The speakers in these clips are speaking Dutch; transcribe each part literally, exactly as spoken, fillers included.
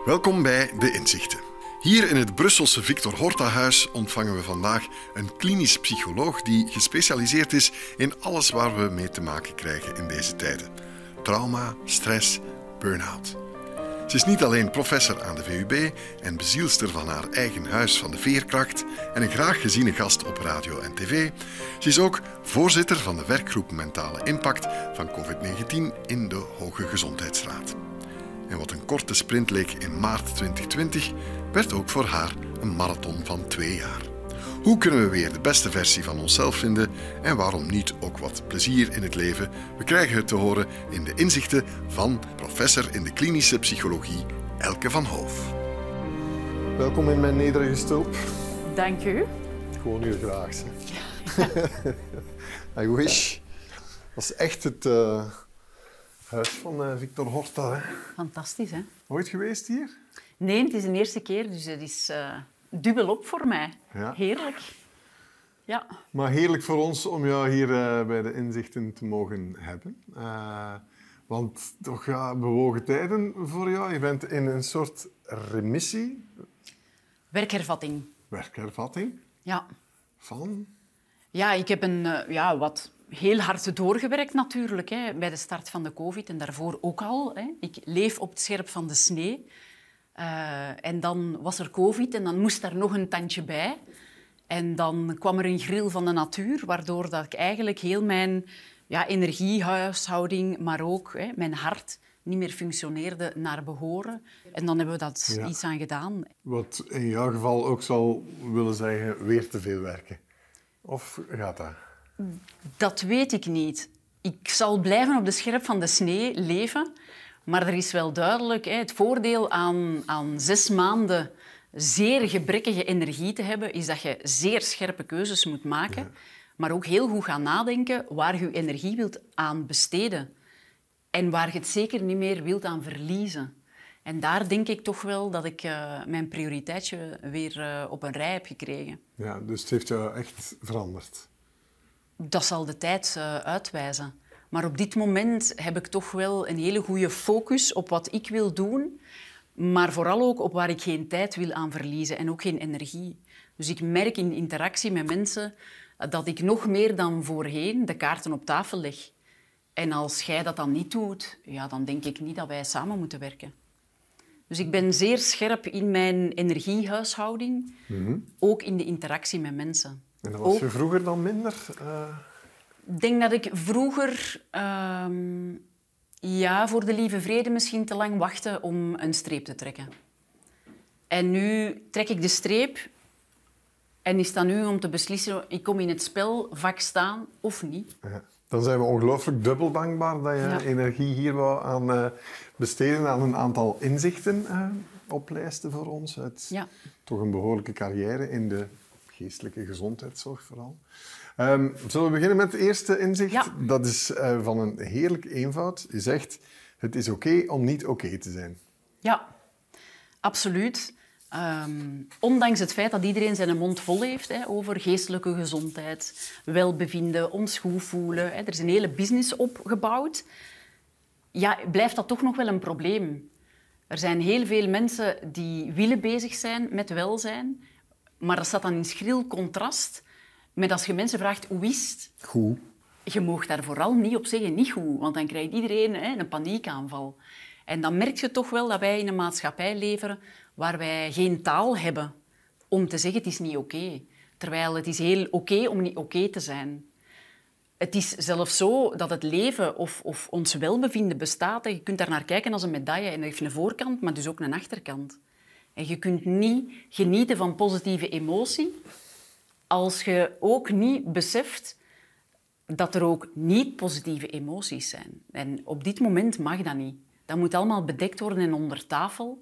Welkom bij De Inzichten. Hier in het Brusselse Victor Horta-huis ontvangen we vandaag een klinisch psycholoog die gespecialiseerd is in alles waar we mee te maken krijgen in deze tijden. Trauma, stress, burn-out. Ze is niet alleen professor aan de V U B en bezielster van haar eigen Huis van de Veerkracht en een graag geziene gast op radio en tv. Ze is ook voorzitter van de werkgroep Mentale Impact van covid negentien in de Hoge Gezondheidsraad. En wat een korte sprint leek in maart twintig twintig, werd ook voor haar een marathon van twee jaar. Hoe kunnen we weer de beste versie van onszelf vinden en waarom niet ook wat plezier in het leven? We krijgen het te horen in de inzichten van professor in de klinische psychologie Elke van Hoof. Welkom in mijn nederige stulp. Dank u. Gewoon heel graag. I wish. Dat is echt het uh, huis van uh, Victor Horta. Hè. Fantastisch, hè? Ooit geweest hier? Nee, het is de eerste keer, dus het is uh, dubbel op voor mij. Ja. Heerlijk. Ja. Maar heerlijk voor ons om jou hier uh, bij de inzichten te mogen hebben. Uh, want toch ja, bewogen tijden voor jou. Je bent in een soort remissie. Werkhervatting. Werkhervatting. Ja. Van? Ja, ik heb een, uh, ja, wat heel hard doorgewerkt natuurlijk, hè, bij de start van de covid en daarvoor ook al. Hè. Ik leef op het scherp van de snee. Uh, en dan was er covid en dan moest daar nog een tandje bij. En dan kwam er een gril van de natuur, waardoor dat ik eigenlijk heel mijn ja, energiehuishouding, maar ook hè, mijn hart niet meer functioneerde naar behoren. En dan hebben we dat ja. iets aan gedaan. Wat in jouw geval ook zal willen zeggen, weer te veel werken. Of gaat dat? Dat weet ik niet. Ik zal blijven op de scherp van de snee leven. Maar er is wel duidelijk hè, het voordeel aan, aan zes maanden zeer gebrekkige energie te hebben, is dat je zeer scherpe keuzes moet maken, ja. Maar ook heel goed gaan nadenken waar je je energie wilt aan besteden. En waar je het zeker niet meer wilt aan verliezen. En daar denk ik toch wel dat ik uh, mijn prioriteitje weer uh, op een rij heb gekregen. Ja, dus het heeft jou echt veranderd? Dat zal de tijd uh, uitwijzen. Maar op dit moment heb ik toch wel een hele goede focus op wat ik wil doen, maar vooral ook op waar ik geen tijd wil aan verliezen en ook geen energie. Dus ik merk in interactie met mensen dat ik nog meer dan voorheen de kaarten op tafel leg. En als jij dat dan niet doet, ja, dan denk ik niet dat wij samen moeten werken. Dus ik ben zeer scherp in mijn energiehuishouding, mm-hmm. ook in de interactie met mensen. En dat was ook... je vroeger dan minder? Uh... Ik denk dat ik vroeger uh, ja, voor de lieve vrede misschien te lang wachtte om een streep te trekken. En nu trek ik de streep en is dat nu om te beslissen, ik kom in het spelvak staan of niet. Ja. Dan zijn we ongelooflijk dubbel dankbaar dat je ja. energie hier wou aan uh, besteden aan een aantal inzichten uh, oplijsten voor ons. Uit ja. toch een behoorlijke carrière in de geestelijke gezondheidszorg vooral. Um, zullen we beginnen met het eerste inzicht? Ja. Dat is uh, van een heerlijk eenvoud. Je zegt, het is oké okay om niet oké okay te zijn. Ja, absoluut. Um, ondanks het feit dat iedereen zijn mond vol heeft hè, over geestelijke gezondheid, welbevinden, ons goed voelen. Hè, er is een hele business opgebouwd. Ja, blijft dat toch nog wel een probleem. Er zijn heel veel mensen die willen bezig zijn met welzijn, maar dat staat dan in schril contrast met als je mensen vraagt, hoe is het? Goed. Je mag daar vooral niet op zeggen, niet goed, want dan krijgt iedereen hè, een paniekaanval. En dan merk je toch wel dat wij in een maatschappij leven waar wij geen taal hebben om te zeggen, het is niet oké. Okay. Terwijl het is heel oké okay om niet oké okay te zijn. Het is zelfs zo dat het leven of, of ons welbevinden bestaat. En je kunt daar naar kijken als een medaille. En dat heeft een voorkant, maar dus ook een achterkant. En je kunt niet genieten van positieve emotie als je ook niet beseft dat er ook niet-positieve emoties zijn. En op dit moment mag dat niet. Dat moet allemaal bedekt worden en onder tafel.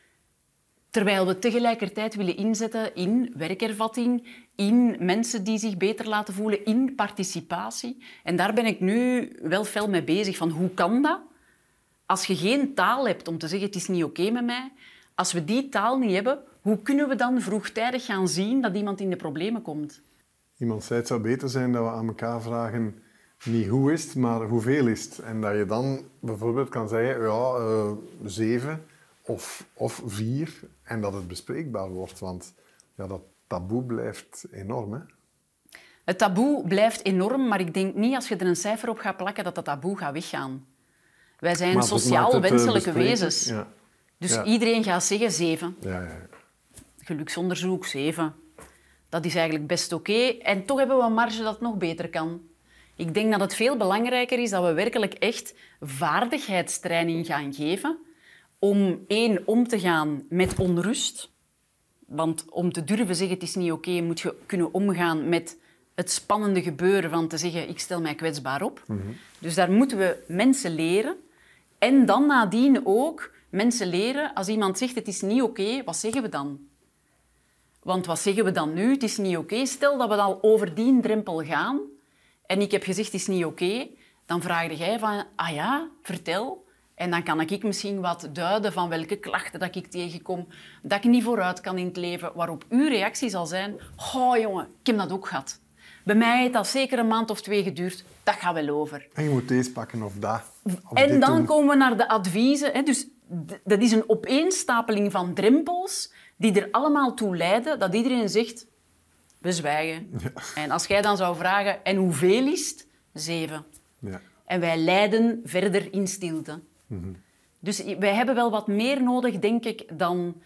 Terwijl we tegelijkertijd willen inzetten in werkervatting, in mensen die zich beter laten voelen, in participatie. En daar ben ik nu wel fel mee bezig. Van hoe kan dat? Als je geen taal hebt om te zeggen, het is niet oké met mij. Als we die taal niet hebben, hoe kunnen we dan vroegtijdig gaan zien dat iemand in de problemen komt? Iemand zei, het zou beter zijn dat we aan elkaar vragen, niet hoe is het, maar hoeveel is het? En dat je dan bijvoorbeeld kan zeggen, ja, uh, zeven of, of vier en dat het bespreekbaar wordt. Want ja, dat taboe blijft enorm, hè? Het taboe blijft enorm, maar ik denk niet als je er een cijfer op gaat plakken dat dat taboe gaat weggaan. Wij zijn Maar het sociaal maakt het, wenselijke uh, bespreken. wezens. Ja. Dus Ja. iedereen gaat zeggen zeven. Ja, ja. Geluksonderzoek, zeven. Dat is eigenlijk best oké. Okay. En toch hebben we een marge dat het nog beter kan. Ik denk dat het veel belangrijker is dat we werkelijk echt vaardigheidstraining gaan geven om één, om te gaan met onrust. Want om te durven zeggen het is niet oké, okay, moet je kunnen omgaan met het spannende gebeuren van te zeggen ik stel mij kwetsbaar op. Mm-hmm. Dus daar moeten we mensen leren. En dan nadien ook mensen leren, als iemand zegt het is niet oké, okay, wat zeggen we dan? Want wat zeggen we dan nu? Het is niet oké. Okay. Stel dat we al over die drempel gaan en ik heb gezegd het is niet oké, okay, dan vraag jij van, ah ja, vertel. En dan kan ik misschien wat duiden van welke klachten dat ik tegenkom, dat ik niet vooruit kan in het leven, waarop uw reactie zal zijn, oh jongen, ik heb dat ook gehad. Bij mij heeft dat zeker een maand of twee geduurd, dat gaat wel over. En je moet deze pakken of dat. Of en dan doen. komen we naar de adviezen. Hè. Dus d- dat is een opeenstapeling van drempels die er allemaal toe leiden dat iedereen zegt, we zwijgen. Ja. En als jij dan zou vragen, en hoeveel is het? Zeven. Ja. En wij lijden verder in stilte. Mm-hmm. Dus wij hebben wel wat meer nodig, denk ik, dan,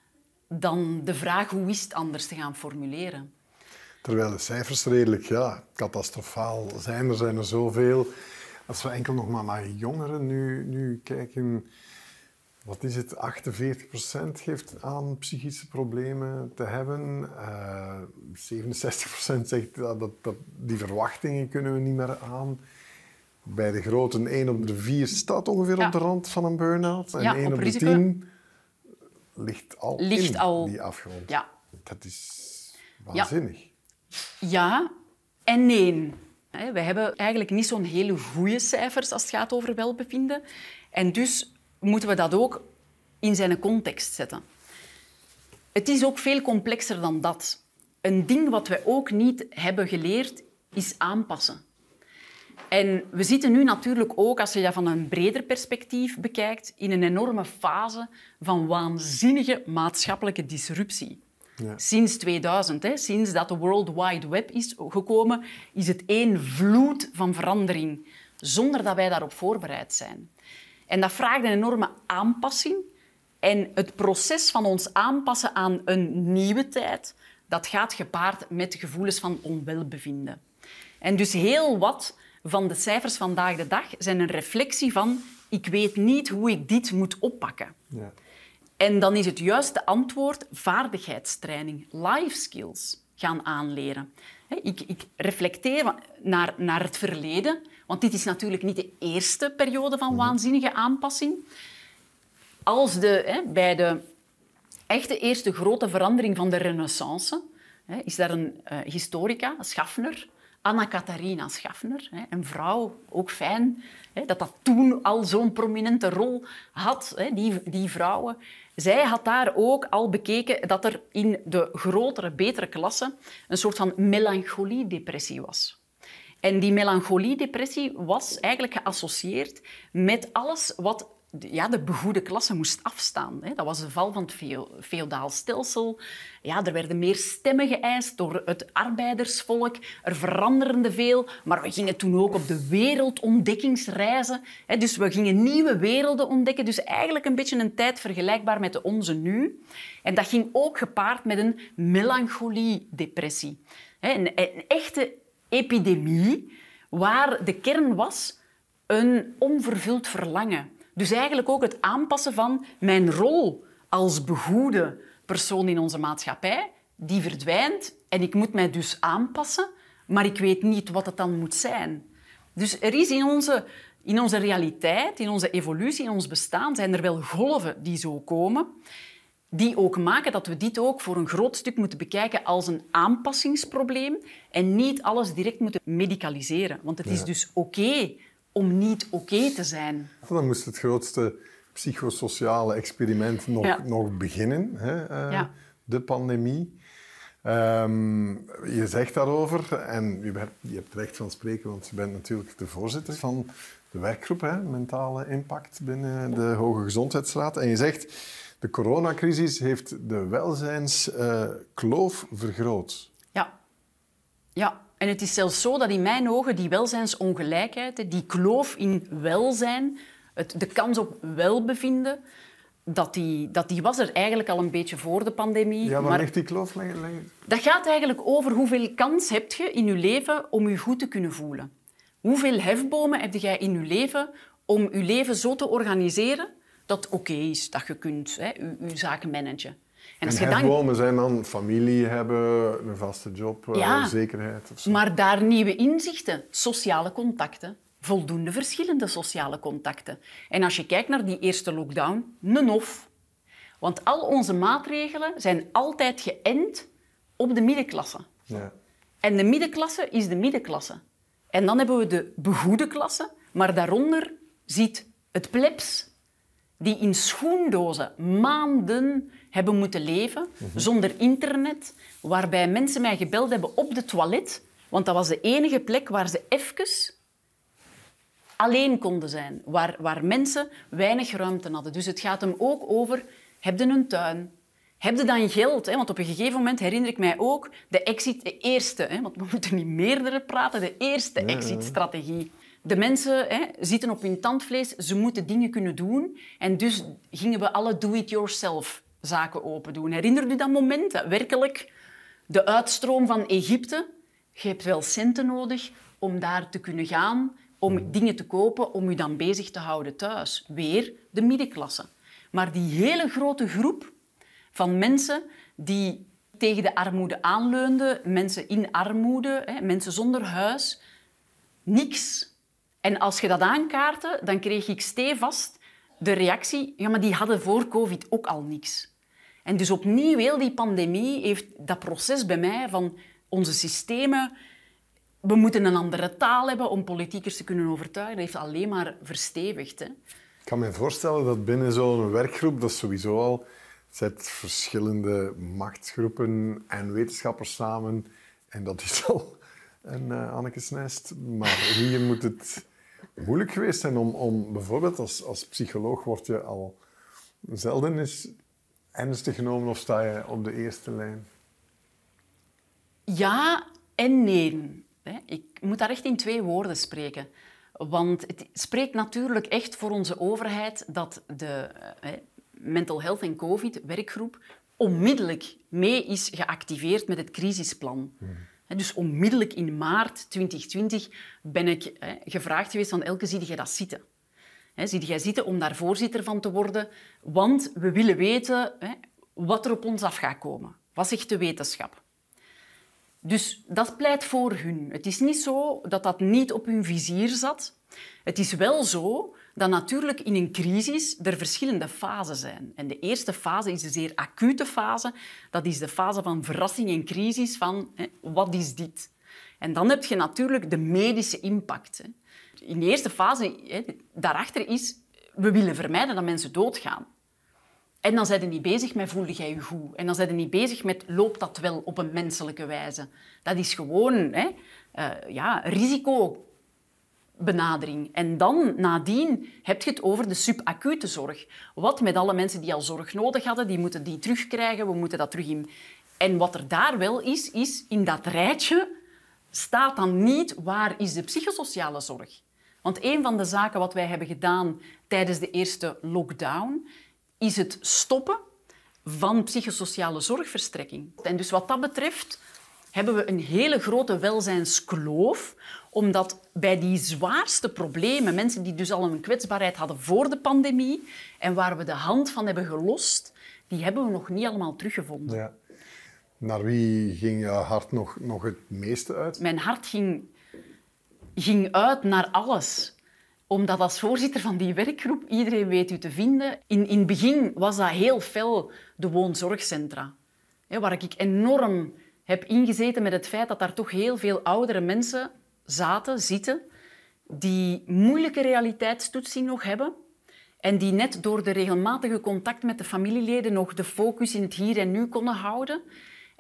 dan de vraag hoe is het anders te gaan formuleren. Terwijl de cijfers redelijk ja, catastrofaal zijn. Er zijn er zoveel. Als we enkel nog maar naar jongeren nu, nu kijken... Wat is het? achtenveertig procent geeft aan psychische problemen te hebben. Uh, zevenenzestig procent zegt dat, dat, dat die verwachtingen kunnen we niet meer aan. Bij de groten één op de vier staat ongeveer ja. op de rand van een burn-out. En ja, één op, op de risico. tien ligt al ligt in al... die afgrond. Ja. Dat is waanzinnig. Ja, ja en nee. We hebben eigenlijk niet zo'n hele goede cijfers als het gaat over welbevinden. En dus moeten we dat ook in zijn context zetten. Het is ook veel complexer dan dat. Een ding wat wij ook niet hebben geleerd, is aanpassen. En we zitten nu natuurlijk ook, als je dat van een breder perspectief bekijkt, in een enorme fase van waanzinnige maatschappelijke disruptie. Ja. Sinds tweeduizend, hè, sinds dat de World Wide Web is gekomen, is het één vloed van verandering, zonder dat wij daarop voorbereid zijn. En dat vraagt een enorme aanpassing. En het proces van ons aanpassen aan een nieuwe tijd, dat gaat gepaard met gevoelens van onwelbevinden. En dus heel wat van de cijfers vandaag de dag zijn een reflectie van ik weet niet hoe ik dit moet oppakken. Ja. En dan is het juiste antwoord vaardigheidstraining, life skills gaan aanleren. Ik, ik reflecteer naar, naar het verleden, want dit is natuurlijk niet de eerste periode van waanzinnige aanpassing. Als de, hè, bij de echte eerste grote verandering van de Renaissance hè, is daar een uh, historica, Schaffner, Anna Catharina Schaffner, hè, een vrouw, ook fijn, hè, dat dat toen al zo'n prominente rol had, hè, die, die vrouwen. Zij had daar ook al bekeken dat er in de grotere, betere klasse een soort van melancholie-depressie was. En die melancholie-depressie was eigenlijk geassocieerd met alles wat ja, de begoede klasse moest afstaan. Dat was de val van het feodaal stelsel. Ja, er werden meer stemmen geëist door het arbeidersvolk. Er veranderde veel, maar we gingen toen ook op de wereldontdekkingsreizen. Dus we gingen nieuwe werelden ontdekken. Dus eigenlijk een beetje een tijd vergelijkbaar met de onze nu. En dat ging ook gepaard met een melancholie-depressie. Een echte epidemie waar de kern was een onvervuld verlangen. Dus eigenlijk ook het aanpassen van mijn rol als begoede persoon in onze maatschappij, die verdwijnt en ik moet mij dus aanpassen, maar ik weet niet wat het dan moet zijn. Dus er is in onze, in onze realiteit, in onze evolutie, in ons bestaan, zijn er wel golven die zo komen, die ook maken dat we dit ook voor een groot stuk moeten bekijken als een aanpassingsprobleem en niet alles direct moeten medicaliseren. Want het is ja. dus oké okay om niet oké okay te zijn. Dan moest het grootste psychosociale experiment nog, ja. nog beginnen, hè? Uh, ja. de pandemie. Um, je zegt daarover, en je hebt, je hebt recht van spreken, want je bent natuurlijk de voorzitter van de werkgroep, hè, mentale impact binnen de Hoge Gezondheidsraad. En je zegt, de coronacrisis heeft de welzijnskloof uh, vergroot. Ja. Ja, en het is zelfs zo dat in mijn ogen die welzijnsongelijkheid, die kloof in welzijn, het, de kans op welbevinden, dat die, dat die was er eigenlijk al een beetje voor de pandemie. Ja, waar ligt die kloof? Leg, leg... Dat gaat eigenlijk over hoeveel kans heb je in je leven om je goed te kunnen voelen. Hoeveel hefbomen heb jij in je leven om je leven zo te organiseren dat het oké is, dat je kunt hè, je, je zaken managen. En, en hefbomen dan... zijn dan familie hebben, een vaste job, ja, zekerheid of zo. Maar daar nieuwe inzichten, sociale contacten, voldoende verschillende sociale contacten. En als je kijkt naar die eerste lockdown, een of. Want al onze maatregelen zijn altijd geënt op de middenklasse. Ja. En de middenklasse is de middenklasse. En dan hebben we de begoede klasse, maar daaronder zit het plebs, die in schoendozen maanden hebben moeten leven, mm-hmm. zonder internet, waarbij mensen mij gebeld hebben op de toilet, want dat was de enige plek waar ze even alleen konden zijn, waar, waar mensen weinig ruimte hadden. Dus het gaat hem ook over, heb je een tuin? Heb je dan geld? Hè? Want op een gegeven moment herinner ik mij ook de exit, de eerste, hè? Want we moeten niet meerdere praten, de eerste exit-strategie. De mensen hè, zitten op hun tandvlees, ze moeten dingen kunnen doen. En dus gingen we alle do-it-yourself zaken open doen. Herinner je dat moment? Werkelijk, de uitstroom van Egypte. Je hebt wel centen nodig om daar te kunnen gaan, om dingen te kopen, om je dan bezig te houden thuis. Weer de middenklasse. Maar die hele grote groep van mensen die tegen de armoede aanleunden, mensen in armoede, hè, mensen zonder huis, niks. En als je dat aankaartte, dan kreeg ik stevast de reactie, ja, maar die hadden voor COVID ook al niks. En dus opnieuw, heel die pandemie heeft dat proces bij mij van onze systemen, we moeten een andere taal hebben om politiekers te kunnen overtuigen, dat heeft alleen maar verstevigd. Hè. Ik kan me voorstellen dat binnen zo'n werkgroep, dat is sowieso al, zet verschillende machtsgroepen en wetenschappers samen. En dat is al een uh, annekesnest. Maar hier moet het moeilijk geweest zijn om, om bijvoorbeeld als, als psycholoog word je al zelden eens ernstig genomen of sta je op de eerste lijn? Ja en nee. Ik moet daar echt in twee woorden spreken. Want het spreekt natuurlijk echt voor onze overheid dat de Mental Health en COVID werkgroep onmiddellijk mee is geactiveerd met het crisisplan. Hmm. Dus onmiddellijk in maart twintig twintig ben ik hè, gevraagd geweest van Elke, zie jij dat zitten? Hè, zie jij zitten om daar voorzitter van te worden? Want we willen weten hè, wat er op ons af gaat komen. Wat zegt de wetenschap? Dus dat pleit voor hun. Het is niet zo dat dat niet op hun vizier zat. Het is wel zo dat natuurlijk in een crisis er verschillende fasen zijn. En de eerste fase is de zeer acute fase. Dat is de fase van verrassing en crisis, van hè, wat is dit? En dan heb je natuurlijk de medische impact. Hè. In de eerste fase, hè, daarachter is, we willen vermijden dat mensen doodgaan. En dan zijn ze niet bezig met voel jij je goed. En dan zijn ze niet bezig met loopt dat wel op een menselijke wijze. Dat is gewoon hè, uh, ja, risicobenadering. En dan, nadien, heb je het over de subacute zorg. Wat met alle mensen die al zorg nodig hadden, die moeten die terugkrijgen, we moeten dat terug in... En wat er daar wel is, is in dat rijtje staat dan niet waar is de psychosociale zorg. Want een van de zaken wat wij hebben gedaan tijdens de eerste lockdown is het stoppen van psychosociale zorgverstrekking. En dus wat dat betreft hebben we een hele grote welzijnskloof, omdat bij die zwaarste problemen, mensen die dus al een kwetsbaarheid hadden voor de pandemie en waar we de hand van hebben gelost, die hebben we nog niet allemaal teruggevonden. Ja. Naar wie ging je hart nog, nog het meeste uit? Mijn hart ging, ging uit naar alles. Omdat als voorzitter van die werkgroep, iedereen weet u te vinden. In, in het begin was dat heel fel de woonzorgcentra. Hè, waar ik enorm heb ingezeten met het feit dat daar toch heel veel oudere mensen zaten, zitten, die moeilijke realiteitstoetsing nog hebben en die net door de regelmatige contact met de familieleden nog de focus in het hier en nu konden houden.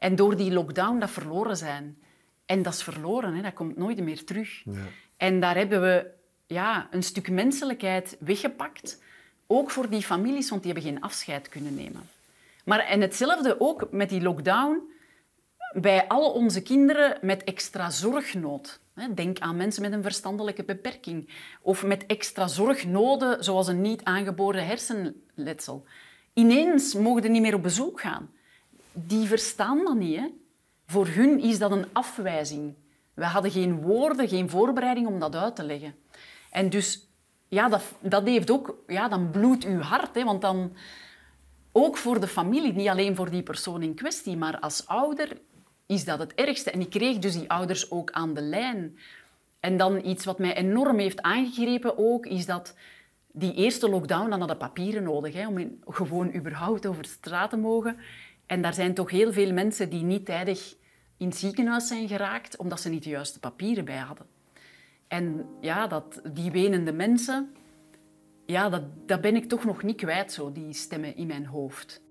En door die lockdown dat verloren zijn. En dat is verloren, hè, dat komt nooit meer terug. Ja. En daar hebben we ja, een stuk menselijkheid weggepakt. Ook voor die families, want die hebben geen afscheid kunnen nemen. Maar, en hetzelfde ook met die lockdown bij al onze kinderen met extra zorgnood. Denk aan mensen met een verstandelijke beperking. Of met extra zorgnoden, zoals een niet aangeboren hersenletsel. Ineens mogen die niet meer op bezoek gaan. Die verstaan dat niet. Hè? Voor hun is dat een afwijzing. We hadden geen woorden, geen voorbereiding om dat uit te leggen. En dus, ja, dat, dat heeft ook... Ja, dan bloedt uw hart, hè, want dan... Ook voor de familie, niet alleen voor die persoon in kwestie, maar als ouder is dat het ergste. En ik kreeg dus die ouders ook aan de lijn. En dan iets wat mij enorm heeft aangegrepen ook, is dat die eerste lockdown, dan hadden papieren nodig, hè, om in, gewoon überhaupt over straat te mogen. En daar zijn toch heel veel mensen die niet tijdig in het ziekenhuis zijn geraakt, omdat ze niet de juiste papieren bij hadden. En ja, dat, die wenende mensen, ja, dat, dat ben ik toch nog niet kwijt, zo, die stemmen in mijn hoofd.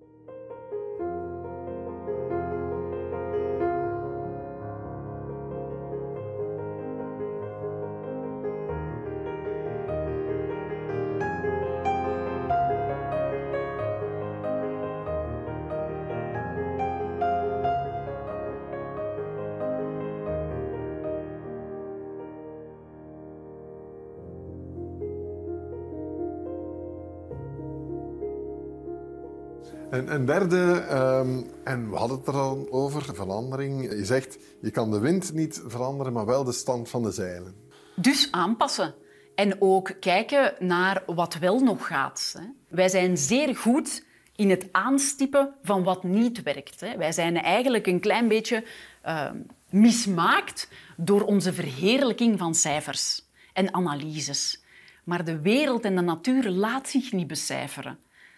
En een derde, um, en we hadden het er al over, verandering. Je zegt, je kan de wind niet veranderen, maar wel de stand van de zeilen. Dus aanpassen. En ook kijken naar wat wel nog gaat. Wij zijn zeer goed in het aanstippen van wat niet werkt. Wij zijn eigenlijk een klein beetje uh, mismaakt door onze verheerlijking van cijfers en analyses. Maar de wereld en de natuur laat zich niet becijferen.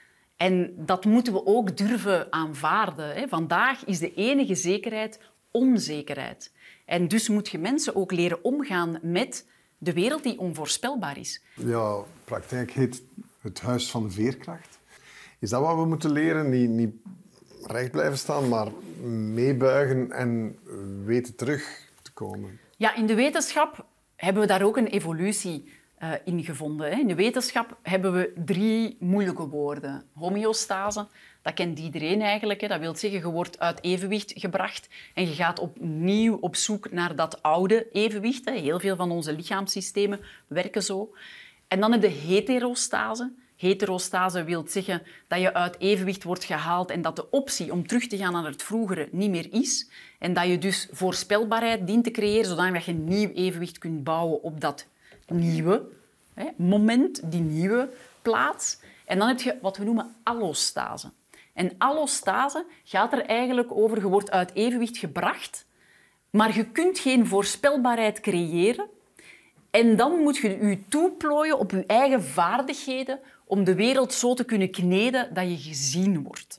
En dat moeten we ook durven aanvaarden. Vandaag is de enige zekerheid onzekerheid. En dus moet je mensen ook leren omgaan met de wereld die onvoorspelbaar is. Ja, praktijk heet het huis van de veerkracht. Is dat wat we moeten leren? Niet, niet recht blijven staan, maar meebuigen en weten terug te komen? Ja, in de wetenschap hebben we daar ook een evolutie Uh, in gevonden. In de wetenschap hebben we drie moeilijke woorden. Homeostase, dat kent iedereen eigenlijk. Dat wil zeggen, je wordt uit evenwicht gebracht en je gaat opnieuw op zoek naar dat oude evenwicht. Heel veel van onze lichaamssystemen werken zo. En dan heb je heterostase. Heterostase wil zeggen dat je uit evenwicht wordt gehaald en dat de optie om terug te gaan naar het vroegere niet meer is. En dat je dus voorspelbaarheid dient te creëren, zodat je een nieuw evenwicht kunt bouwen op dat nieuwe hè, moment, die nieuwe plaats. En dan heb je wat we noemen allostase. En allostase gaat er eigenlijk over, je wordt uit evenwicht gebracht, maar je kunt geen voorspelbaarheid creëren. En dan moet je je toeplooien op je eigen vaardigheden om de wereld zo te kunnen kneden dat je gezien wordt.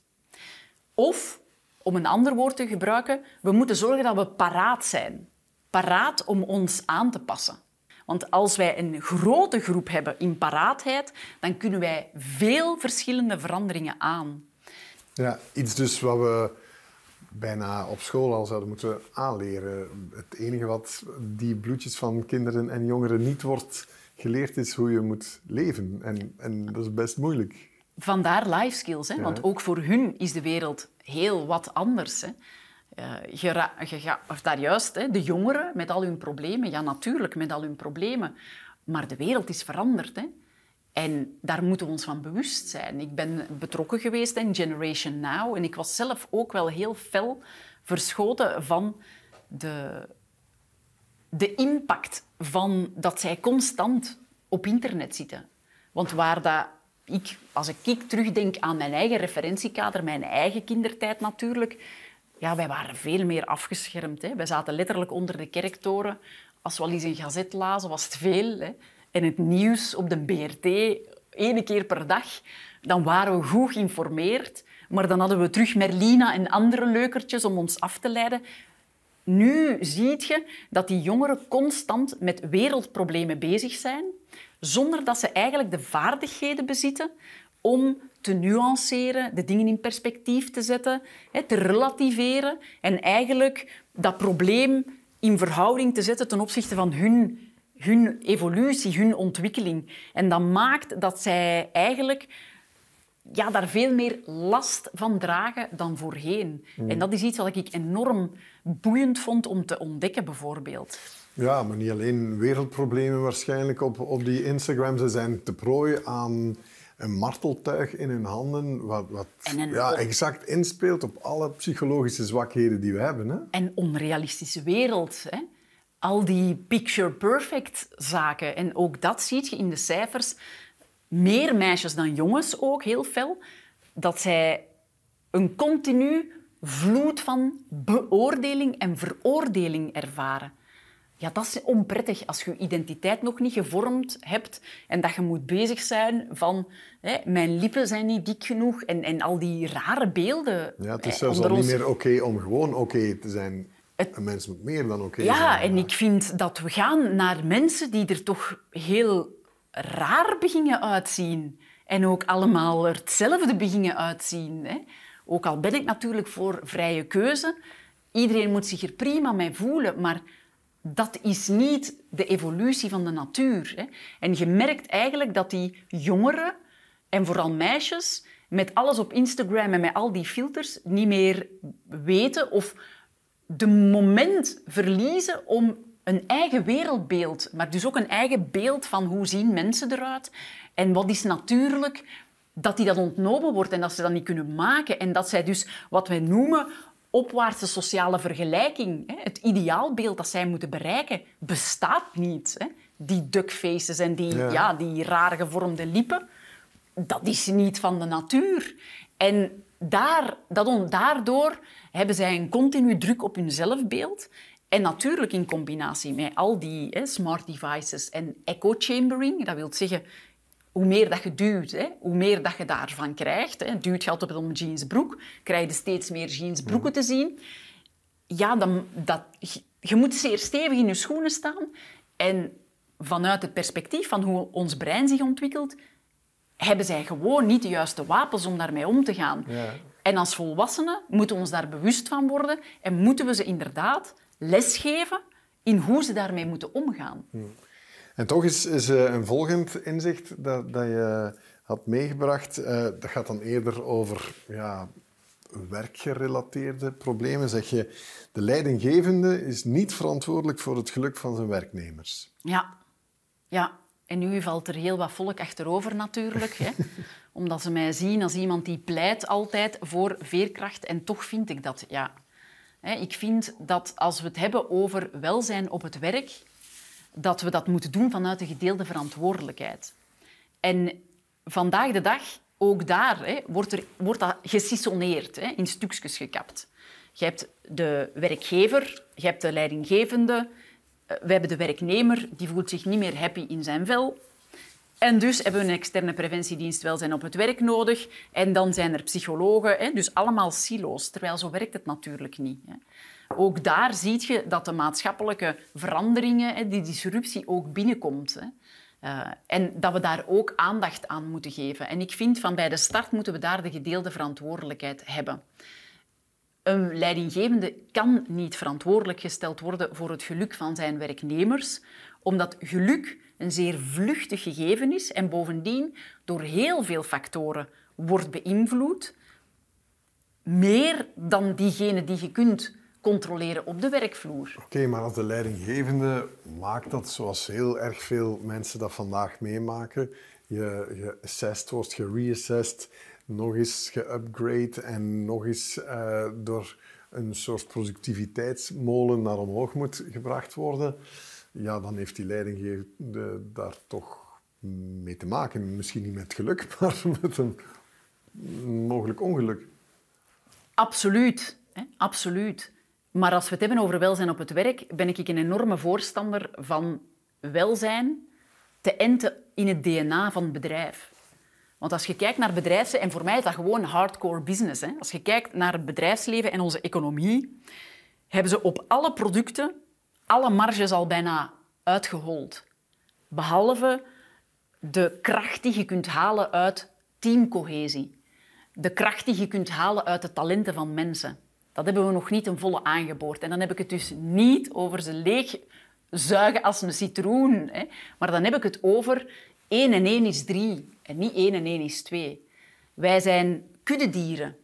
Of, om een ander woord te gebruiken, we moeten zorgen dat we paraat zijn. Paraat om ons aan te passen. Want als wij een grote groep hebben in paraatheid, dan kunnen wij veel verschillende veranderingen aan. Ja, iets dus wat we bijna op school al zouden moeten aanleren. Het enige wat die bloedjes van kinderen en jongeren niet wordt geleerd, is hoe je moet leven. En, en dat is best moeilijk. Vandaar life skills, hè? Ja. Want ook voor hun is de wereld heel wat anders. Hè? Uh, je, je, of daar juist, hè, de jongeren met al hun problemen. Ja, natuurlijk, met al hun problemen. Maar de wereld is veranderd. Hè? En daar moeten we ons van bewust zijn. Ik ben betrokken geweest in Generation Now. En ik was zelf ook wel heel fel verschoten van de, de impact van dat zij constant op internet zitten. Want waar dat ik, als ik terugdenk aan mijn eigen referentiekader, mijn eigen kindertijd natuurlijk... Ja, wij waren veel meer afgeschermd. Hè. Wij zaten letterlijk onder de kerktoren. Als we al eens een gazet lazen, was het veel. Hè. En het nieuws op de B R T, één keer per dag. Dan waren we goed geïnformeerd. Maar dan hadden we terug Merlina en andere leukertjes om ons af te leiden. Nu zie je dat die jongeren constant met wereldproblemen bezig zijn, zonder dat ze eigenlijk de vaardigheden bezitten om te nuanceren, de dingen in perspectief te zetten, te relativeren en eigenlijk dat probleem in verhouding te zetten ten opzichte van hun, hun evolutie, hun ontwikkeling. En dat maakt dat zij eigenlijk ja, daar veel meer last van dragen dan voorheen. Mm. En dat is iets wat ik enorm boeiend vond om te ontdekken, bijvoorbeeld. Ja, maar niet alleen wereldproblemen waarschijnlijk op, op die Instagram. Ze zijn te prooi aan een marteltuig in hun handen, wat, wat een ja, exact inspeelt op alle psychologische zwakheden die we hebben. Hè? En onrealistische wereld. Hè? Al die picture-perfect zaken. En ook dat zie je in de cijfers. Meer meisjes dan jongens ook, heel fel. Dat zij een continu vloed van beoordeling en veroordeling ervaren. Ja, dat is onprettig als je je identiteit nog niet gevormd hebt en dat je moet bezig zijn van hè, mijn lippen zijn niet dik genoeg en, en al die rare beelden. Ja, het is zelfs al niet meer oké om gewoon oké te zijn. Het... Een mens moet meer dan oké ja, zijn. Ja, en ik vind dat we gaan naar mensen die er toch heel raar beginnen uitzien. En ook allemaal er hetzelfde beginnen uitzien. Hè. Ook al ben ik natuurlijk voor vrije keuze. Iedereen moet zich er prima mee voelen, maar dat is niet de evolutie van de natuur. Hè. En je merkt eigenlijk dat die jongeren, en vooral meisjes, met alles op Instagram en met al die filters, niet meer weten of de moment verliezen om een eigen wereldbeeld, maar dus ook een eigen beeld van hoe zien mensen eruit en wat is natuurlijk, dat die dat ontnomen wordt en dat ze dat niet kunnen maken en dat zij dus wat wij noemen opwaartse sociale vergelijking, het ideaalbeeld dat zij moeten bereiken, bestaat niet. Die duckfaces en die, ja. Ja, die raar gevormde lippen, dat is niet van de natuur. En daar, dat, daardoor hebben zij een continu druk op hun zelfbeeld. En natuurlijk in combinatie met al die hè, smart devices en echo chambering, dat wil zeggen, hoe meer dat je duwt, hè, hoe meer dat je daarvan krijgt. Hè. Duwt je altijd op een jeansbroek, krijg je steeds meer jeansbroeken te zien. Ja, dan, dat, je moet zeer stevig in je schoenen staan. En vanuit het perspectief van hoe ons brein zich ontwikkelt, hebben zij gewoon niet de juiste wapens om daarmee om te gaan. Ja. En als volwassenen moeten we ons daar bewust van worden en moeten we ze inderdaad lesgeven in hoe ze daarmee moeten omgaan. Hmm. En toch is, is een volgend inzicht dat, dat je had meegebracht, uh, dat gaat dan eerder over ja, werkgerelateerde problemen. Zeg je, de leidinggevende is niet verantwoordelijk voor het geluk van zijn werknemers. Ja, ja. En nu valt er heel wat volk achterover natuurlijk. Hè? Omdat ze mij zien als iemand die pleit altijd voor veerkracht. En toch vind ik dat, ja. Ik vind dat als we het hebben over welzijn op het werk, dat we dat moeten doen vanuit de gedeelde verantwoordelijkheid. En vandaag de dag, ook daar, hè, wordt, er, wordt dat gesissoneerd, hè, in stukjes gekapt. Je hebt de werkgever, je hebt de leidinggevende, we hebben de werknemer, die voelt zich niet meer happy in zijn vel. En dus hebben we een externe preventiedienst welzijn op het werk nodig. En dan zijn er psychologen, hè, dus allemaal silo's. Terwijl zo werkt het natuurlijk niet. Hè. Ook daar zie je dat de maatschappelijke veranderingen, hè, die disruptie ook binnenkomt. Hè. Uh, en dat we daar ook aandacht aan moeten geven. En ik vind van bij de start moeten we daar de gedeelde verantwoordelijkheid hebben. Een leidinggevende kan niet verantwoordelijk gesteld worden voor het geluk van zijn werknemers, omdat geluk een zeer vluchtig gegeven is en bovendien door heel veel factoren wordt beïnvloed, meer dan diegene die je kunt controleren op de werkvloer. Oké, okay, maar als de leidinggevende maakt dat, zoals heel erg veel mensen dat vandaag meemaken, je, je assessed wordt, gereassessed, nog eens geupgrade en nog eens uh, door een soort productiviteitsmolen naar omhoog moet gebracht worden, ja, dan heeft die leidinggevende daar toch mee te maken. Misschien niet met geluk, maar met een mogelijk ongeluk. Absoluut, hè? Absoluut. Maar als we het hebben over welzijn op het werk, ben ik een enorme voorstander van welzijn te enten in het D N A van het bedrijf. Want als je kijkt naar bedrijfsleven, en voor mij is dat gewoon hardcore business. Hè? Als je kijkt naar het bedrijfsleven en onze economie, hebben ze op alle producten alle marges al bijna uitgehold. Behalve de kracht die je kunt halen uit teamcohesie. De kracht die je kunt halen uit de talenten van mensen. Dat hebben we nog niet ten volle aangeboord. En dan heb ik het dus niet over ze leegzuigen als een citroen. Hè. Maar dan heb ik het over één en één is drie en niet één en één is twee. Wij zijn kuddedieren.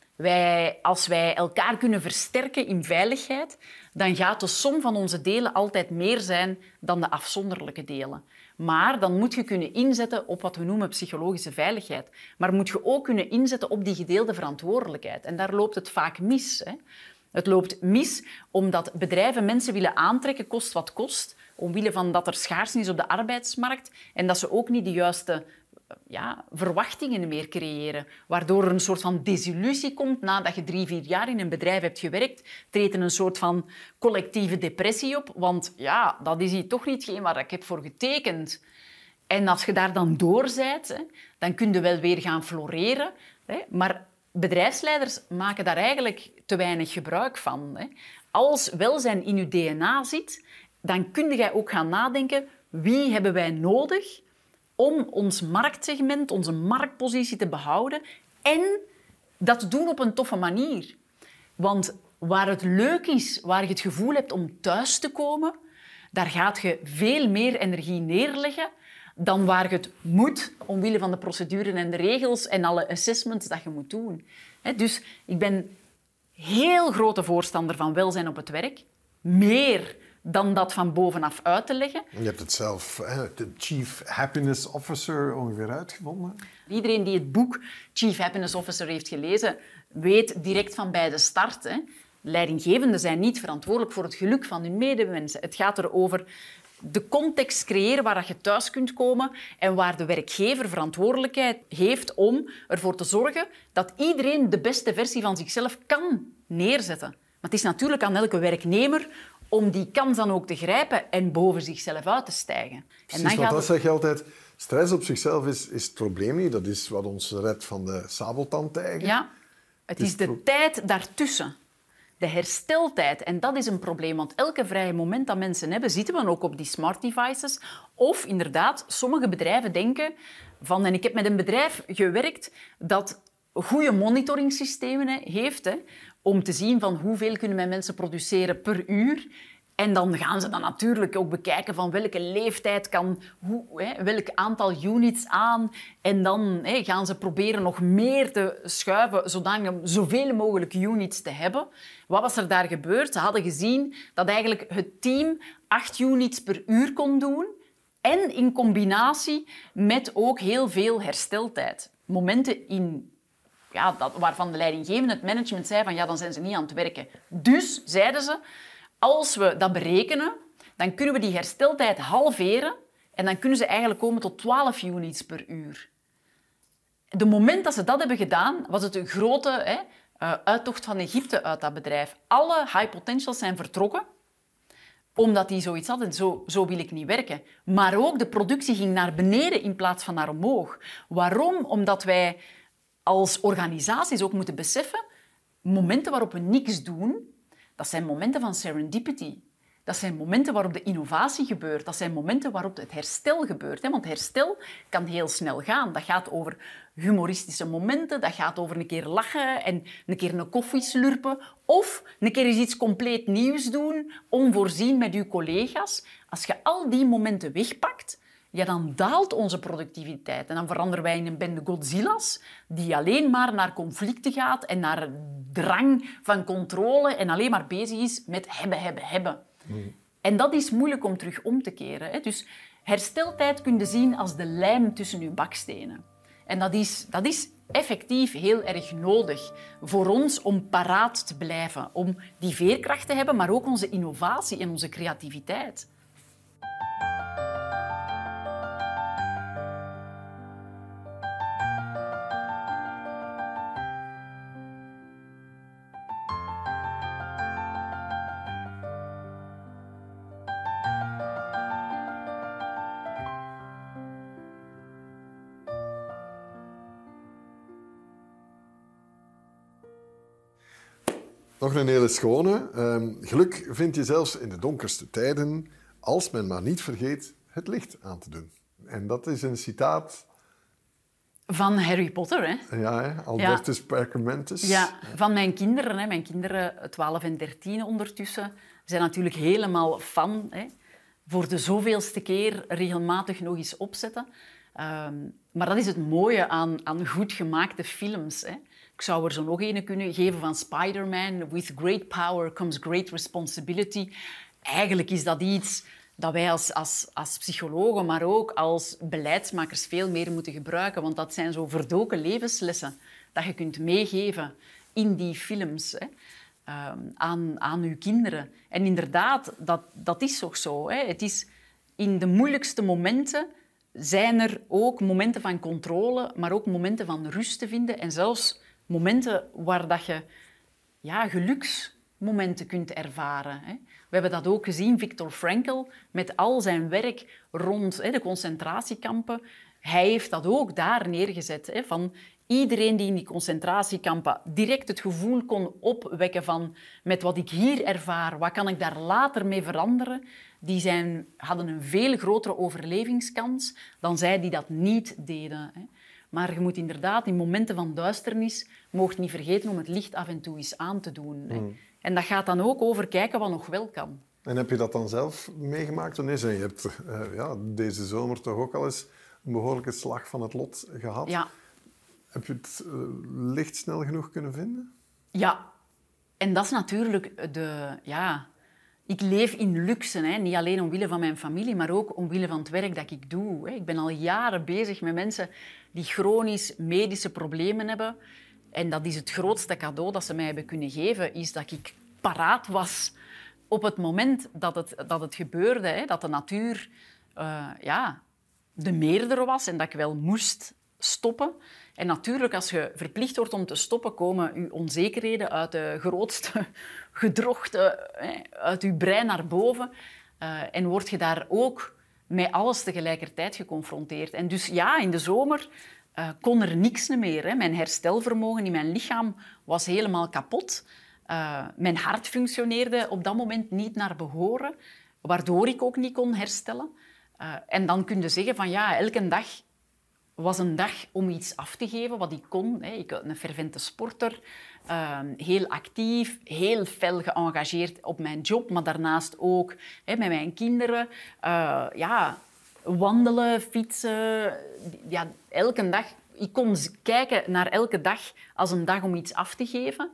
Wij, als wij elkaar kunnen versterken in veiligheid, dan gaat de som van onze delen altijd meer zijn dan de afzonderlijke delen. Maar dan moet je kunnen inzetten op wat we noemen psychologische veiligheid. Maar moet je ook kunnen inzetten op die gedeelde verantwoordelijkheid. En daar loopt het vaak mis. Hè. Het loopt mis omdat bedrijven mensen willen aantrekken, kost wat kost, omwille van dat er schaarste is op de arbeidsmarkt en dat ze ook niet de juiste ja, verwachtingen meer creëren, waardoor er een soort van desillusie komt nadat je drie, vier jaar in een bedrijf hebt gewerkt, treedt er een soort van collectieve depressie op, want ja, dat is hier toch niet hetgeen waar ik heb voor getekend. En als je daar dan door bent, hè, dan kun je wel weer gaan floreren, hè, maar bedrijfsleiders maken daar eigenlijk te weinig gebruik van. Hè. Als welzijn in je D N A zit, dan kun je ook gaan nadenken, wie hebben wij nodig om ons marktsegment, onze marktpositie te behouden en dat te doen op een toffe manier. Want waar het leuk is, waar je het gevoel hebt om thuis te komen, daar gaat je veel meer energie neerleggen dan waar je het moet, omwille van de procedures en de regels en alle assessments dat je moet doen. Dus ik ben heel grote voorstander van welzijn op het werk. Meer dan dat van bovenaf uit te leggen. Je hebt het zelf, de Chief Happiness Officer, ongeveer uitgevonden. Iedereen die het boek Chief Happiness Officer heeft gelezen, weet direct van bij de start. Hè. Leidinggevenden zijn niet verantwoordelijk voor het geluk van hun medemensen. Het gaat erover de context creëren waar je thuis kunt komen en waar de werkgever verantwoordelijkheid heeft om ervoor te zorgen dat iedereen de beste versie van zichzelf kan neerzetten. Maar het is natuurlijk aan elke werknemer om die kans dan ook te grijpen en boven zichzelf uit te stijgen. Precies, en dan want gaat dat zeg je altijd. Stress op zichzelf is, is het probleem niet. Dat is wat ons redt van de sabeltandtijger. Ja, het is de tijd daartussen. De hersteltijd. En dat is een probleem, want elke vrije moment dat mensen hebben, zitten we ook op die smart devices. Of inderdaad, sommige bedrijven denken van... En ik heb met een bedrijf gewerkt dat goede monitoringssystemen heeft, hè, om te zien van hoeveel kunnen mijn mensen produceren per uur. En dan gaan ze dan natuurlijk ook bekijken van welke leeftijd kan hoe, hè, welk aantal units aan. En dan hè, gaan ze proberen nog meer te schuiven, zodat zoveel mogelijk units te hebben. Wat was er daar gebeurd? Ze hadden gezien dat eigenlijk het team acht units per uur kon doen. En in combinatie met ook heel veel hersteltijd. Momenten in... Ja, dat, waarvan de leidinggevende, het management, zei van ja, dan zijn ze niet aan het werken. Dus, zeiden ze, als we dat berekenen, dan kunnen we die hersteltijd halveren en dan kunnen ze eigenlijk komen tot twaalf units per uur. De moment dat ze dat hebben gedaan, was het een grote hè, uittocht van Egypte uit dat bedrijf. Alle high potentials zijn vertrokken, omdat die zoiets hadden, zo, zo wil ik niet werken. Maar ook de productie ging naar beneden in plaats van naar omhoog. Waarom? Omdat wij als organisaties ook moeten beseffen, momenten waarop we niks doen, dat zijn momenten van serendipity. Dat zijn momenten waarop de innovatie gebeurt. Dat zijn momenten waarop het herstel gebeurt. Want herstel kan heel snel gaan. Dat gaat over humoristische momenten, dat gaat over een keer lachen en een keer een koffie slurpen of een keer eens iets compleet nieuws doen, onvoorzien met uw collega's. Als je al die momenten wegpakt, ja, dan daalt onze productiviteit. En dan veranderen wij in een bende Godzilla's die alleen maar naar conflicten gaat en naar drang van controle en alleen maar bezig is met hebben, hebben, hebben. Mm. En dat is moeilijk om terug om te keren. Hè? Dus hersteltijd kun je zien als de lijm tussen je bakstenen. En dat is, dat is effectief heel erg nodig voor ons om paraat te blijven. Om die veerkracht te hebben, maar ook onze innovatie en onze creativiteit. Nog een hele schone. Um, geluk vind je zelfs in de donkerste tijden, als men maar niet vergeet het licht aan te doen. En dat is een citaat Van Harry Potter, hè. Ja, hè? Albertus ja. Perkamentus. Ja, van mijn kinderen. Hè. Mijn kinderen, twaalf en dertien ondertussen, zijn natuurlijk helemaal fan. Hè. Voor de zoveelste keer regelmatig nog eens opzetten. Um, maar dat is het mooie aan, aan goed gemaakte films. Hè. Ik zou er zo nog een kunnen geven van Spider-Man. With great power comes great responsibility. Eigenlijk is dat iets dat wij als, als, als psychologen, maar ook als beleidsmakers veel meer moeten gebruiken. Want dat zijn zo verdoken levenslessen dat je kunt meegeven in die films hè, um, aan, aan je kinderen. En inderdaad, dat, dat is toch zo. Hè. Het is in de moeilijkste momenten zijn er ook momenten van controle, maar ook momenten van rust te vinden. En zelfs momenten waar dat je ja, geluksmomenten kunt ervaren. Hè. We hebben dat ook gezien, Viktor Frankl, met al zijn werk rond hè, de concentratiekampen. Hij heeft dat ook daar neergezet. Hè, van iedereen die in die concentratiekampen direct het gevoel kon opwekken van met wat ik hier ervaar, wat kan ik daar later mee veranderen, die zijn, hadden een veel grotere overlevingskans dan zij die dat niet deden. Hè. Maar je moet inderdaad in momenten van duisternis mocht niet vergeten om het licht af en toe eens aan te doen. Hè. Mm. En dat gaat dan ook over kijken wat nog wel kan. En heb je dat dan zelf meegemaakt? Nee, je hebt uh, ja, deze zomer toch ook al eens een behoorlijke slag van het lot gehad. Ja. Heb je het uh, licht snel genoeg kunnen vinden? Ja. En dat is natuurlijk de... Ja, ik leef in luxe, hè. Niet alleen omwille van mijn familie, maar ook omwille van het werk dat ik doe. Hè. Ik ben al jaren bezig met mensen die chronisch medische problemen hebben. En dat is het grootste cadeau dat ze mij hebben kunnen geven, is dat ik paraat was op het moment dat het, dat het gebeurde. Hè. Dat de natuur uh, ja, de meerdere was en dat ik wel moest stoppen. En natuurlijk, als je verplicht wordt om te stoppen, komen je onzekerheden uit de grootste gedrochten hè, uit je brein naar boven. Uh, en word je daar ook met alles tegelijkertijd geconfronteerd. En dus ja, in de zomer uh, kon er niks meer. Hè. Mijn herstelvermogen in mijn lichaam was helemaal kapot. Uh, mijn hart functioneerde op dat moment niet naar behoren, waardoor ik ook niet kon herstellen. Uh, en dan kun je zeggen van ja, elke dag was een dag om iets af te geven wat ik kon. Ik was een fervente sporter, heel actief, heel fel geëngageerd op mijn job, maar daarnaast ook met mijn kinderen. Ja, wandelen, fietsen. Ja, elke dag. Ik kon kijken naar elke dag als een dag om iets af te geven.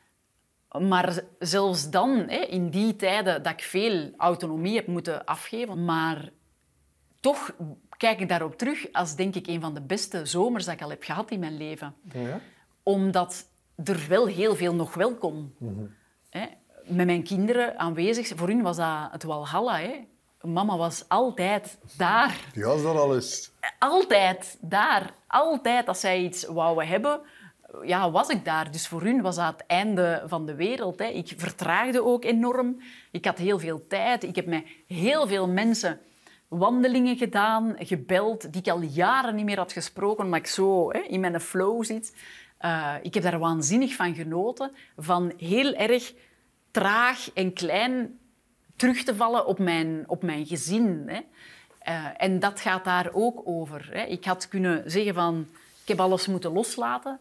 Maar zelfs dan, in die tijden dat ik veel autonomie heb moeten afgeven, maar toch kijk ik daarop terug als, denk ik, een van de beste zomers dat ik al heb gehad in mijn leven. Ja? Omdat er wel heel veel nog wel kon. Mm-hmm. Hè? Met mijn kinderen aanwezig. Voor hun was dat het walhalla. Hè? Mama was altijd daar. Die was dat al eens. Altijd daar. Altijd als zij iets wouden hebben, ja, was ik daar. Dus voor hun was dat het einde van de wereld. Hè? Ik vertraagde ook enorm. Ik had heel veel tijd. Ik heb met heel veel mensen wandelingen gedaan, gebeld, die ik al jaren niet meer had gesproken, omdat ik zo hè, in mijn flow zit. Uh, ik heb daar waanzinnig van genoten, van heel erg traag en klein terug te vallen op mijn, op mijn gezin. Hè. Uh, en dat gaat daar ook over. Hè. Ik had kunnen zeggen van, ik heb alles moeten loslaten,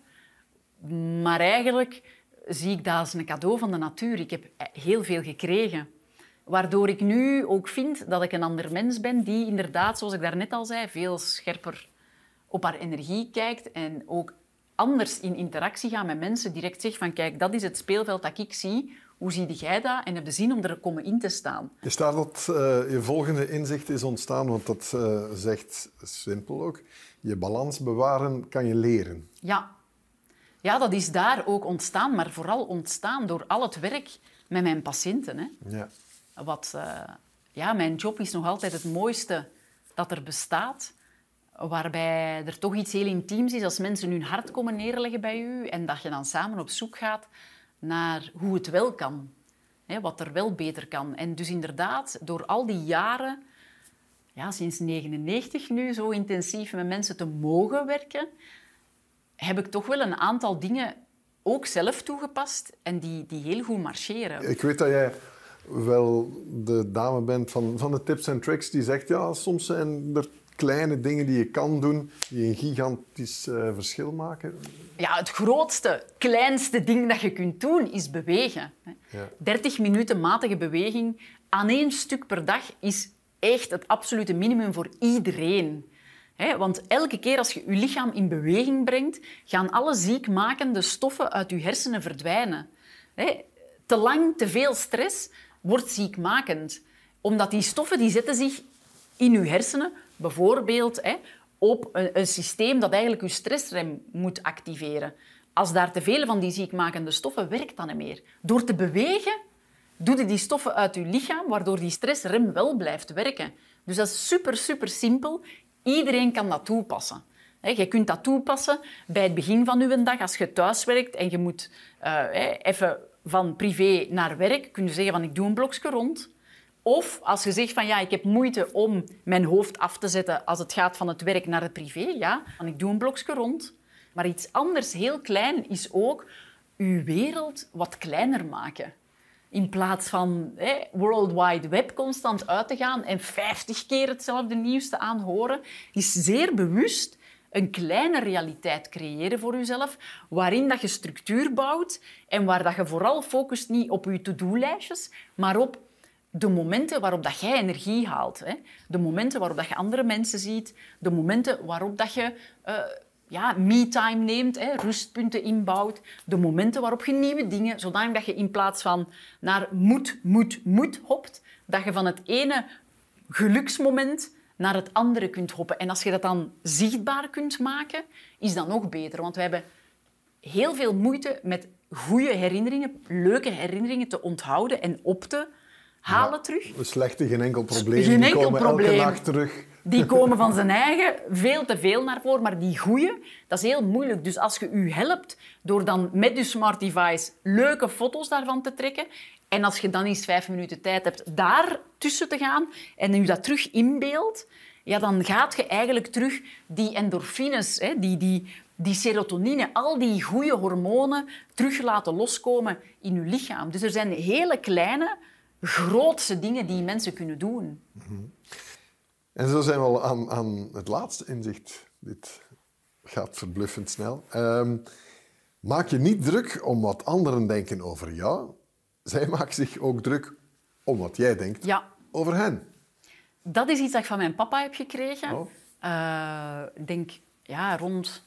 maar eigenlijk zie ik dat als een cadeau van de natuur. Ik heb heel veel gekregen. Waardoor ik nu ook vind dat ik een ander mens ben die inderdaad, zoals ik daarnet al zei, veel scherper op haar energie kijkt en ook anders in interactie gaat met mensen. Direct zegt van, kijk, dat is het speelveld dat ik zie. Hoe zie jij dat? En heb de zin om er komen in te staan. Is daar dat uh, je volgende inzicht is ontstaan? Want dat uh, zegt simpel ook. Je balans bewaren kan je leren. Ja. Ja, dat is daar ook ontstaan. Maar vooral ontstaan door al het werk met mijn patiënten. Hè. Ja. Wat, uh, ja, mijn job is nog altijd het mooiste dat er bestaat. Waarbij er toch iets heel intiems is als mensen hun hart komen neerleggen bij u en dat je dan samen op zoek gaat naar hoe het wel kan. Hè, wat er wel beter kan. En dus inderdaad, door al die jaren, ja, sinds negentien negenennegentig nu, zo intensief met mensen te mogen werken, heb ik toch wel een aantal dingen ook zelf toegepast en die, die heel goed marcheren. Ik weet dat jij wel de dame bent van, van de tips en tricks die zegt, ja, soms zijn er kleine dingen die je kan doen die een gigantisch uh, verschil maken? Ja, het grootste, kleinste ding dat je kunt doen is bewegen. Ja. dertig minuten matige beweging aan één stuk per dag is echt het absolute minimum voor iedereen. He, want elke keer als je je lichaam in beweging brengt, gaan alle ziekmakende stoffen uit je hersenen verdwijnen. He, te lang, te veel stress wordt ziekmakend. Omdat die stoffen die zetten zich in je hersenen, bijvoorbeeld he, op een, een systeem dat eigenlijk je stressrem moet activeren. Als daar te veel van die ziekmakende stoffen, werkt dat niet meer. Door te bewegen, doe je die stoffen uit je lichaam, waardoor die stressrem wel blijft werken. Dus dat is super, super simpel. Iedereen kan dat toepassen. Je kunt dat toepassen bij het begin van je dag. Als je thuis werkt en je moet uh, even van privé naar werk, kun je zeggen van ik doe een blokje rond. Of als je zegt van ja, ik heb moeite om mijn hoofd af te zetten als het gaat van het werk naar het privé, ja, dan ik doe een blokje rond. Maar iets anders, heel klein, is ook je wereld wat kleiner maken. In plaats van hè, World Wide Web constant uit te gaan en vijftig keer hetzelfde nieuws te aanhoren, is zeer bewust een kleine realiteit creëren voor jezelf, waarin dat je structuur bouwt en waar dat je vooral focust niet op je to-do-lijstjes, maar op de momenten waarop dat jij energie haalt. Hè. De momenten waarop dat je andere mensen ziet, de momenten waarop dat je uh, ja, me-time neemt, hè, rustpunten inbouwt, de momenten waarop je nieuwe dingen, zodanig dat je in plaats van naar moet, moet, moet hopt, dat je van het ene geluksmoment naar het andere kunt hoppen. En als je dat dan zichtbaar kunt maken, is dat nog beter. Want we hebben heel veel moeite met goede herinneringen, leuke herinneringen te onthouden en op te halen ja, terug. De slechte, geen enkel probleem. Geen die enkel komen probleem. Elke dag terug. Die komen van zijn eigen veel te veel naar voren. Maar die goeie, dat is heel moeilijk. Dus als je je helpt door dan met je smart device leuke foto's daarvan te trekken en als je dan eens vijf minuten tijd hebt daar tussen te gaan en je dat terug inbeeldt, ja, dan gaat je eigenlijk terug die endorfines, hè, die, die, die serotonine, al die goede hormonen terug laten loskomen in je lichaam. Dus er zijn hele kleine, grootse dingen die mensen kunnen doen. Mm-hmm. En zo zijn we al aan, aan het laatste inzicht. Dit gaat verbluffend snel. Um, maak je niet druk om wat anderen denken over jou. Zij maken zich ook druk om wat jij denkt ja. over hen. Dat is iets dat ik van mijn papa heb gekregen. Oh. Uh, ik denk ja, rond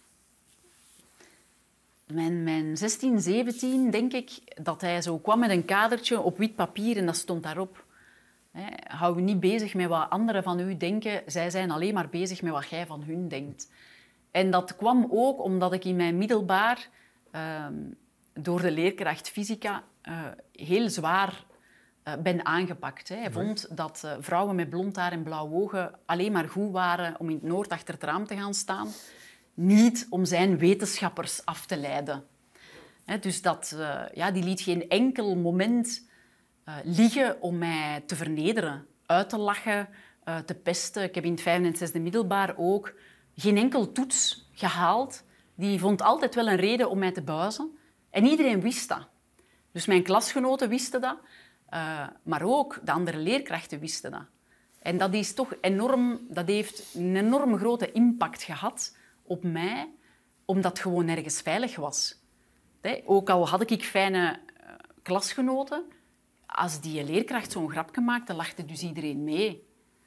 mijn, mijn zestien, zeventien, denk ik, dat hij zo kwam met een kadertje op wit papier en dat stond daarop. He, hou je niet bezig met wat anderen van u denken. Zij zijn alleen maar bezig met wat jij van hun denkt. En dat kwam ook omdat ik in mijn middelbaar uh, door de leerkracht fysica uh, heel zwaar uh, ben aangepakt. Hè. Hij vond dat uh, vrouwen met blond haar en blauwe ogen alleen maar goed waren om in het noord achter het raam te gaan staan. Niet om zijn wetenschappers af te leiden. He, dus dat, uh, ja, die liet geen enkel moment uh, liggen om mij te vernederen, uit te lachen, uh, te pesten. Ik heb in het vijfde en zesde middelbaar ook geen enkel toets gehaald. Die vond altijd wel een reden om mij te buizen. En iedereen wist dat. Dus mijn klasgenoten wisten dat. Uh, maar ook de andere leerkrachten wisten dat. En dat is toch enorm, dat heeft een enorm grote impact gehad op mij, omdat het gewoon nergens veilig was. Ook al had ik fijne klasgenoten, als die leerkracht zo'n grapje maakte, lachte dus iedereen mee.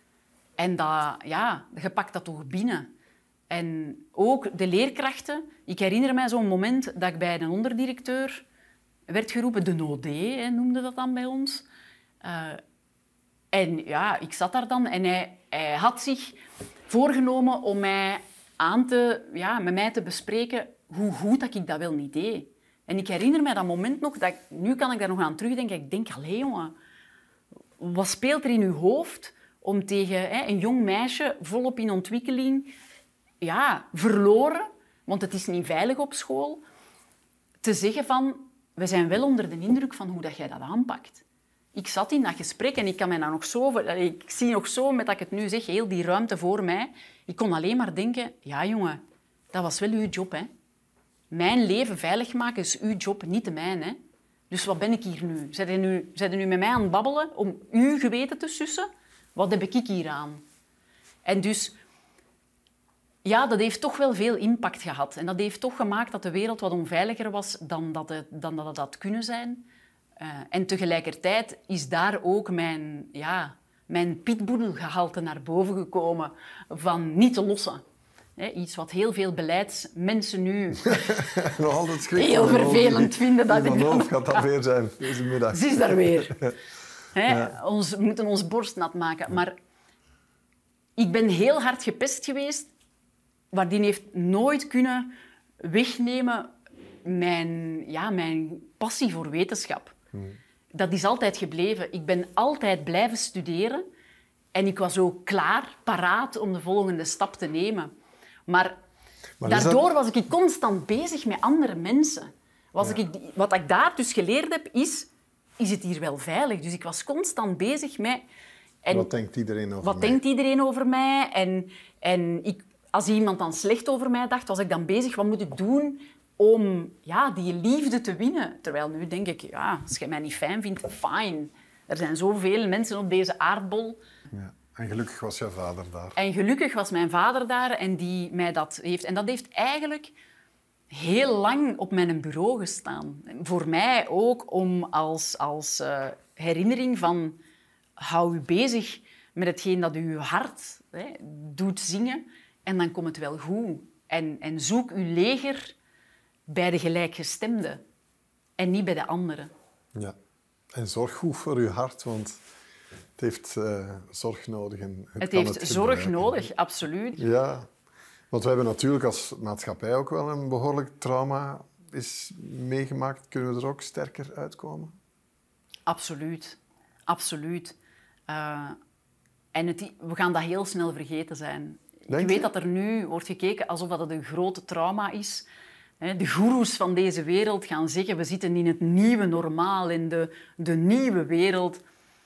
En dat, ja, je pakt dat toch binnen. En ook de leerkrachten. Ik herinner mij zo'n moment dat ik bij een onderdirecteur werd geroepen, de O D, hè, noemde dat dan bij ons. Uh, en ja, ik zat daar dan en hij, hij had zich voorgenomen om mij aan te, ja, met mij te bespreken hoe goed dat ik dat wel niet deed. En ik herinner mij dat moment nog, dat ik, nu kan ik daar nog aan terugdenken. Ik denk, allee jongen, wat speelt er in uw hoofd om tegen hè, een jong meisje volop in ontwikkeling, ja, verloren, want het is niet veilig op school, te zeggen van, we zijn wel onder de indruk van hoe dat jij dat aanpakt. Ik zat in dat gesprek en ik kan mij dan nog zo, ik zie nog zo, met dat ik het nu zeg, heel die ruimte voor mij. Ik kon alleen maar denken, ja jongen, dat was wel uw job, hè. Mijn leven veilig maken is uw job, niet de mijne. Hè? Dus wat ben ik hier nu? Zijn jullie nu, zijn nu met mij aan het babbelen om uw geweten te sussen? Wat heb ik hier aan? En dus Ja, dat heeft toch wel veel impact gehad. En dat heeft toch gemaakt dat de wereld wat onveiliger was dan dat het, dan dat het had kunnen zijn. Uh, en tegelijkertijd is daar ook mijn, ja, mijn pitboedelgehalte naar boven gekomen van niet te lossen. He, iets wat heel veel beleidsmensen nu nog altijd heel vervelend vinden. Dat Van Hoof gaat dat weer zijn deze middag. Ze is daar weer. He, ja. ons, we moeten ons borst nat maken. Maar ik ben heel hard gepest geweest, maar die heeft nooit kunnen wegnemen mijn, ja, mijn passie voor wetenschap. Hmm. Dat is altijd gebleven. Ik ben altijd blijven studeren en ik was ook klaar, paraat om de volgende stap te nemen. Maar, maar daardoor dat... was ik constant bezig met andere mensen. Was ja. ik, wat ik daar dus geleerd heb, is, is het hier wel veilig? Dus ik was constant bezig met... En wat denkt iedereen over wat mij? denkt iedereen over mij? En, en ik, als iemand dan slecht over mij dacht, was ik dan bezig, wat moet ik doen om ja, die liefde te winnen? Terwijl nu denk ik, ja, als je mij niet fijn vindt, fine. Er zijn zoveel mensen op deze aardbol. Ja. En gelukkig was jouw vader daar. En gelukkig was mijn vader daar en die mij dat heeft. En dat heeft eigenlijk heel lang op mijn bureau gestaan. Voor mij ook om als, als uh, herinnering van... Hou u bezig met hetgeen dat uw hart hè, doet zingen en dan komt het wel goed. En, en zoek uw leger bij de gelijkgestemden en niet bij de anderen. Ja, en zorg goed voor uw hart, want het heeft uh, zorg nodig. En het het kan heeft het zorg nodig, absoluut. Ja, want we hebben natuurlijk als maatschappij ook wel een behoorlijk trauma is meegemaakt. Kunnen we er ook sterker uitkomen? Absoluut, absoluut. Uh, en het, we gaan dat heel snel vergeten zijn. Denk ik weet je? Dat er nu wordt gekeken alsof dat het een grote trauma is. De goeroes van deze wereld gaan zeggen, we zitten in het nieuwe normaal, in de, de nieuwe wereld.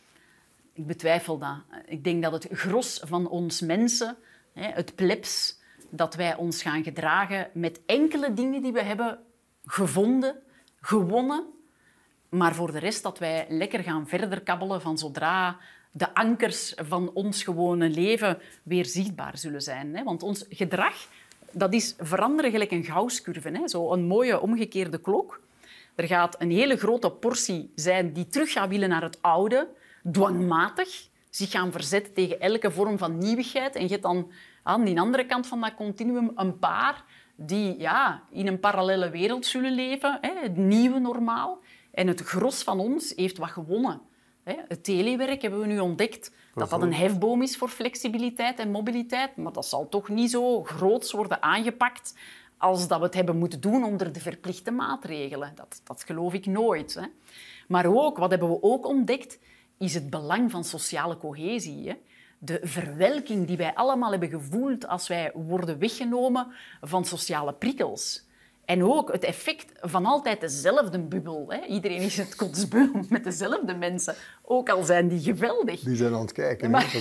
Ik betwijfel dat. Ik denk dat het gros van ons mensen, het plebs, dat wij ons gaan gedragen met enkele dingen die we hebben gevonden, gewonnen, maar voor de rest dat wij lekker gaan verder kabbelen van zodra de ankers van ons gewone leven weer zichtbaar zullen zijn. Want ons gedrag, dat is veranderen gelijk een Gauss-curve. Zo een mooie omgekeerde klok. Er gaat een hele grote portie zijn die terug gaat willen naar het oude, dwangmatig, zich gaan verzetten tegen elke vorm van nieuwigheid. En je hebt dan aan die andere kant van dat continuum een paar die ja, in een parallelle wereld zullen leven, het nieuwe normaal. En het gros van ons heeft wat gewonnen. Het telewerk hebben we nu ontdekt dat dat een hefboom is voor flexibiliteit en mobiliteit. Maar dat zal toch niet zo groots worden aangepakt als dat we het hebben moeten doen onder de verplichte maatregelen. Dat, dat geloof ik nooit. Hè. Maar ook, wat hebben we ook ontdekt, is het belang van sociale cohesie. Hè. De verwelking die wij allemaal hebben gevoeld als wij worden weggenomen van sociale prikkels. En ook het effect van altijd dezelfde bubbel. Hè. Iedereen is het kotsbeu met dezelfde mensen, ook al zijn die geweldig. Die zijn aan het kijken. Maar,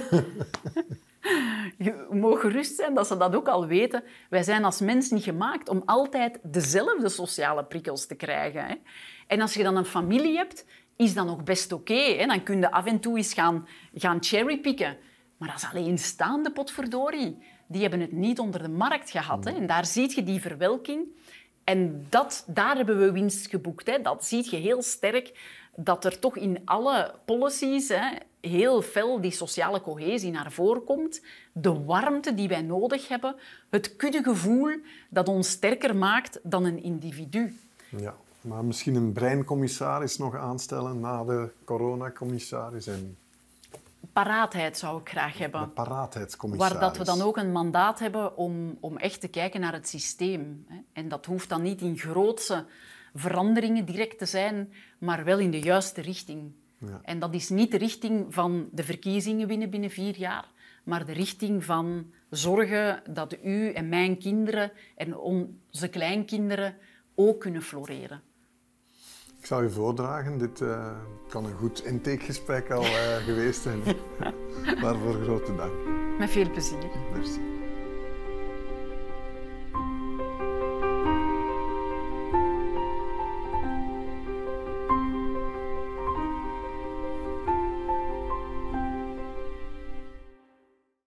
je mag gerust zijn dat ze dat ook al weten. Wij zijn als mens niet gemaakt om altijd dezelfde sociale prikkels te krijgen. Hè. En als je dan een familie hebt, is dat nog best oké. Okay, dan kun je af en toe eens gaan, gaan cherrypicken. Maar als alleenstaande potverdorie, die hebben het niet onder de markt gehad. Hè. En daar zie je die verwelking. En dat, daar hebben we winst geboekt. Hè. Dat zie je heel sterk, dat er toch in alle policies hè, heel fel die sociale cohesie naar voren komt. De warmte die wij nodig hebben. Het kuddegevoel dat ons sterker maakt dan een individu. Ja, maar misschien een breincommissaris nog aanstellen na de coronacommissaris en... Paraatheid zou ik graag hebben. De paraatheidscommissaris. Waar dat we dan ook een mandaat hebben om, om echt te kijken naar het systeem. En dat hoeft dan niet in grootse veranderingen direct te zijn, maar wel in de juiste richting. Ja. En dat is niet de richting van de verkiezingen winnen binnen vier jaar, maar de richting van zorgen dat u en mijn kinderen en onze kleinkinderen ook kunnen floreren. Ik zal je voordragen. Dit uh, kan een goed intakegesprek al uh, geweest zijn. Waarvoor grote dank. Met veel plezier. Merci.